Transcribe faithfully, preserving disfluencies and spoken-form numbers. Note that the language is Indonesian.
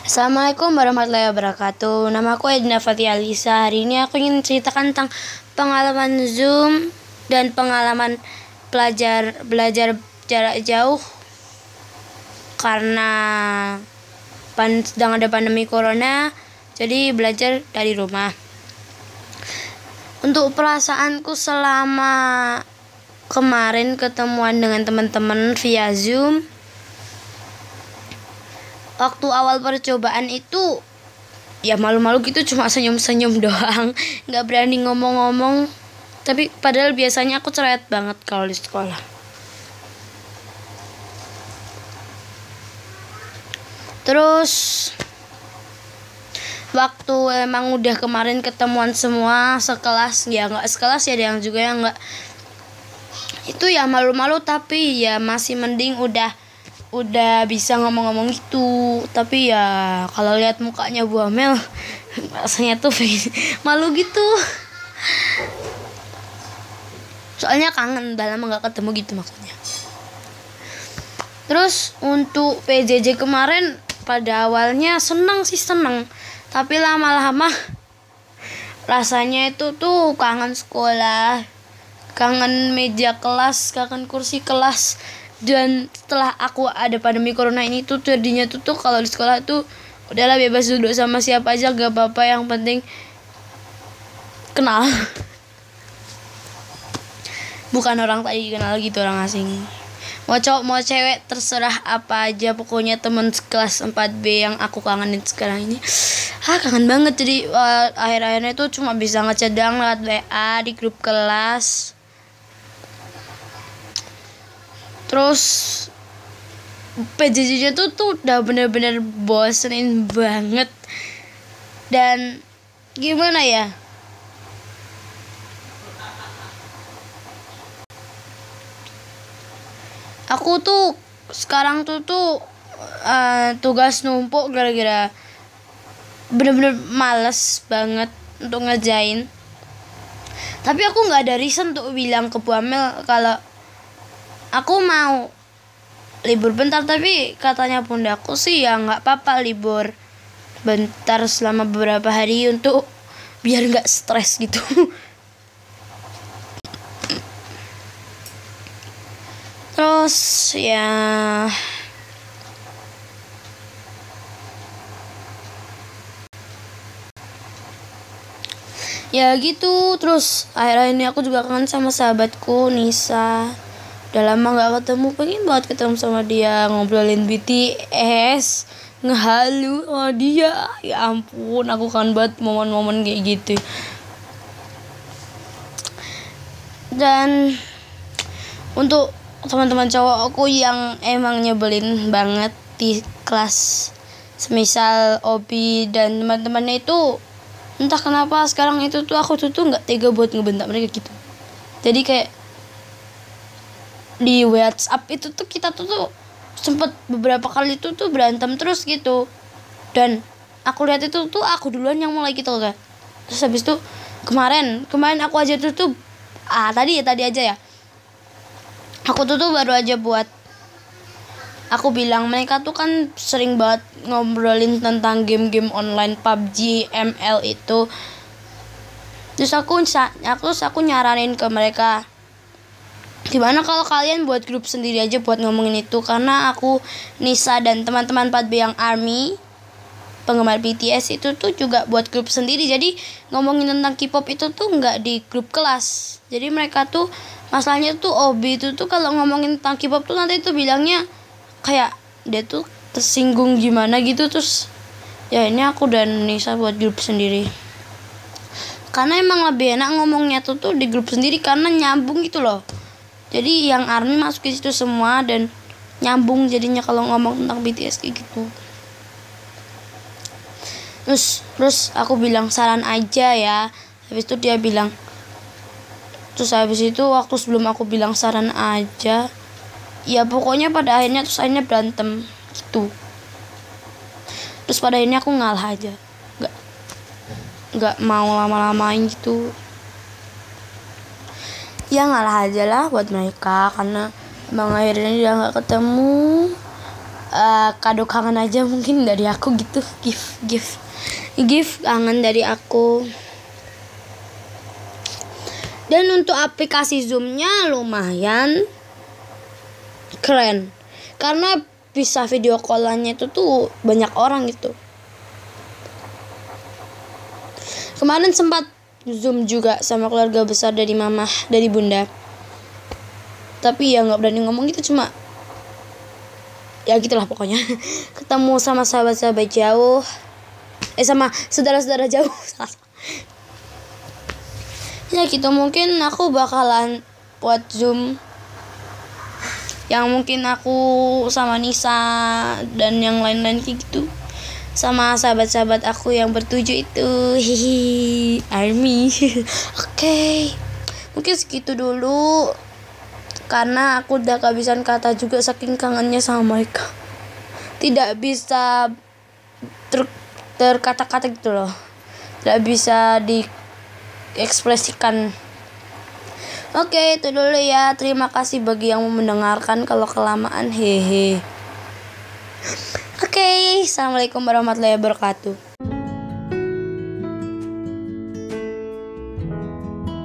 Assalamualaikum warahmatullahi wabarakatuh. Nama aku Edna Fatia Alisa. Hari ini aku ingin ceritakan tentang pengalaman Zoom dan pengalaman belajar belajar jarak jauh karena pan, sedang ada pandemi corona, jadi belajar dari rumah. Untuk perasaanku selama kemarin ketemuan dengan teman-teman via Zoom, waktu awal percobaan itu ya malu-malu gitu, cuma senyum-senyum doang, nggak berani ngomong-ngomong. Tapi padahal biasanya aku cerewet banget kalau di sekolah. Terus waktu emang udah kemarin ketemuan semua sekelas, ya nggak sekelas ya, ada yang juga yang nggak, itu ya malu-malu, tapi ya masih mending udah udah bisa ngomong-ngomong gitu. Tapi ya kalau lihat mukanya Bu Amel rasanya tuh malu gitu, soalnya kangen, udah lama gak ketemu gitu maksudnya. Terus untuk P J J kemarin pada awalnya seneng sih seneng, tapi lama-lama rasanya itu tuh kangen sekolah, kangen meja kelas, kangen kursi kelas. Dan setelah aku ada pandemi corona ini tuh jadinya tuh tuh kalau di sekolah tuh udahlah bebas duduk sama siapa aja, gak apa-apa, yang penting kenal. Bukan orang tadi kenal gitu, orang asing. Mau cowok mau cewek terserah apa aja, pokoknya teman kelas empat B yang aku kangenin sekarang ini. Ah, kangen banget. Jadi uh, akhir-akhirnya tuh cuma bisa ngecedang lewat W A di grup kelas. Terus P J J-nya tuh tuh udah bener-bener bosenin banget. Dan gimana ya, aku tuh sekarang tuh tuh uh, tugas numpuk gara-gara bener-bener males banget untuk ngerjain. Tapi aku nggak ada reason untuk bilang ke Bu Amel kalau aku mau libur bentar. Tapi katanya bundaku sih ya nggak apa-apa libur bentar selama beberapa hari untuk biar nggak stres gitu. Terus ya ya gitu. Terus akhir-akhir ini aku juga kangen sama sahabatku Nisa, udah lama gak ketemu, pengen banget ketemu sama dia, ngobrolin B T S, ngehalu sama dia. Ya ampun, aku kangen banget momen-momen kayak gitu. Dan untuk teman-teman cowok aku yang emang nyebelin banget di kelas, semisal Obi dan teman-temannya itu, entah kenapa sekarang itu tuh aku tuh tuh nggak tega buat ngebentak mereka gitu. Jadi kayak di WhatsApp itu tuh kita tuh tuh sempet beberapa kali tuh tuh berantem terus gitu. Dan aku lihat itu tuh aku duluan yang mulai gitu kan. Terus habis itu kemarin kemarin aku aja tuh tuh ah tadi ya tadi aja ya aku tuh tuh baru aja buat, aku bilang mereka tuh kan sering banget ngobrolin tentang game-game online P U B G, M L itu. Terus aku aku aku nyaranin ke mereka, gimana kalau kalian buat grup sendiri aja buat ngomongin itu. Karena aku, Nisa, dan teman-teman empat B yang ARMY, penggemar B T S itu tuh juga buat grup sendiri. Jadi ngomongin tentang K-pop itu tuh nggak di grup kelas. Jadi mereka tuh masalahnya tuh Obi itu tuh kalau ngomongin tentang K-pop tuh nanti tuh bilangnya kayak dia tuh tersinggung gimana gitu. Terus ya ini aku dan Nisa buat grup sendiri, karena emang lebih enak ngomongnya tuh tuh di grup sendiri karena nyambung gitu loh. Jadi yang ARMY masuk ke situ semua dan nyambung jadinya kalau ngomong tentang B T S kayak gitu. Terus terus aku bilang saran aja ya. Habis itu dia bilang, terus habis itu waktu sebelum aku bilang saran aja, ya pokoknya pada akhirnya terus akhirnya berantem gitu. Terus pada akhirnya aku ngalah aja, nggak nggak mau lama-lamain gitu. Ya ngalah aja lah buat mereka, karena emang akhirnya dia nggak ketemu. uh, kado kangen aja mungkin dari aku gitu, gift gift gift kangen dari aku. Dan untuk aplikasi Zoom-nya lumayan keren karena bisa video call-annya itu tuh banyak orang gitu. Kemarin sempat Zoom juga sama keluarga besar dari mama, dari bunda. Tapi ya nggak berani ngomong gitu, cuma ya gitulah pokoknya. Ketemu sama sahabat-sahabat jauh, eh sama saudara-saudara jauh. Ya gitu, mungkin aku bakalan buat Zoom yang mungkin aku sama Nisa dan yang lain-lain kayak gitu, sama sahabat-sahabat aku yang bertujuh itu. Hihi, army. Oke, okay. Mungkin segitu dulu karena aku udah kehabisan kata juga saking kangennya sama mereka. Tidak bisa ter terkata-kata gitu loh, tidak bisa diekspresikan. Oke, itu dulu ya. Terima kasih bagi yang mau mendengarkan. Kalau kelamaan, hehe. Oke, assalamualaikum warahmatullahi wabarakatuh.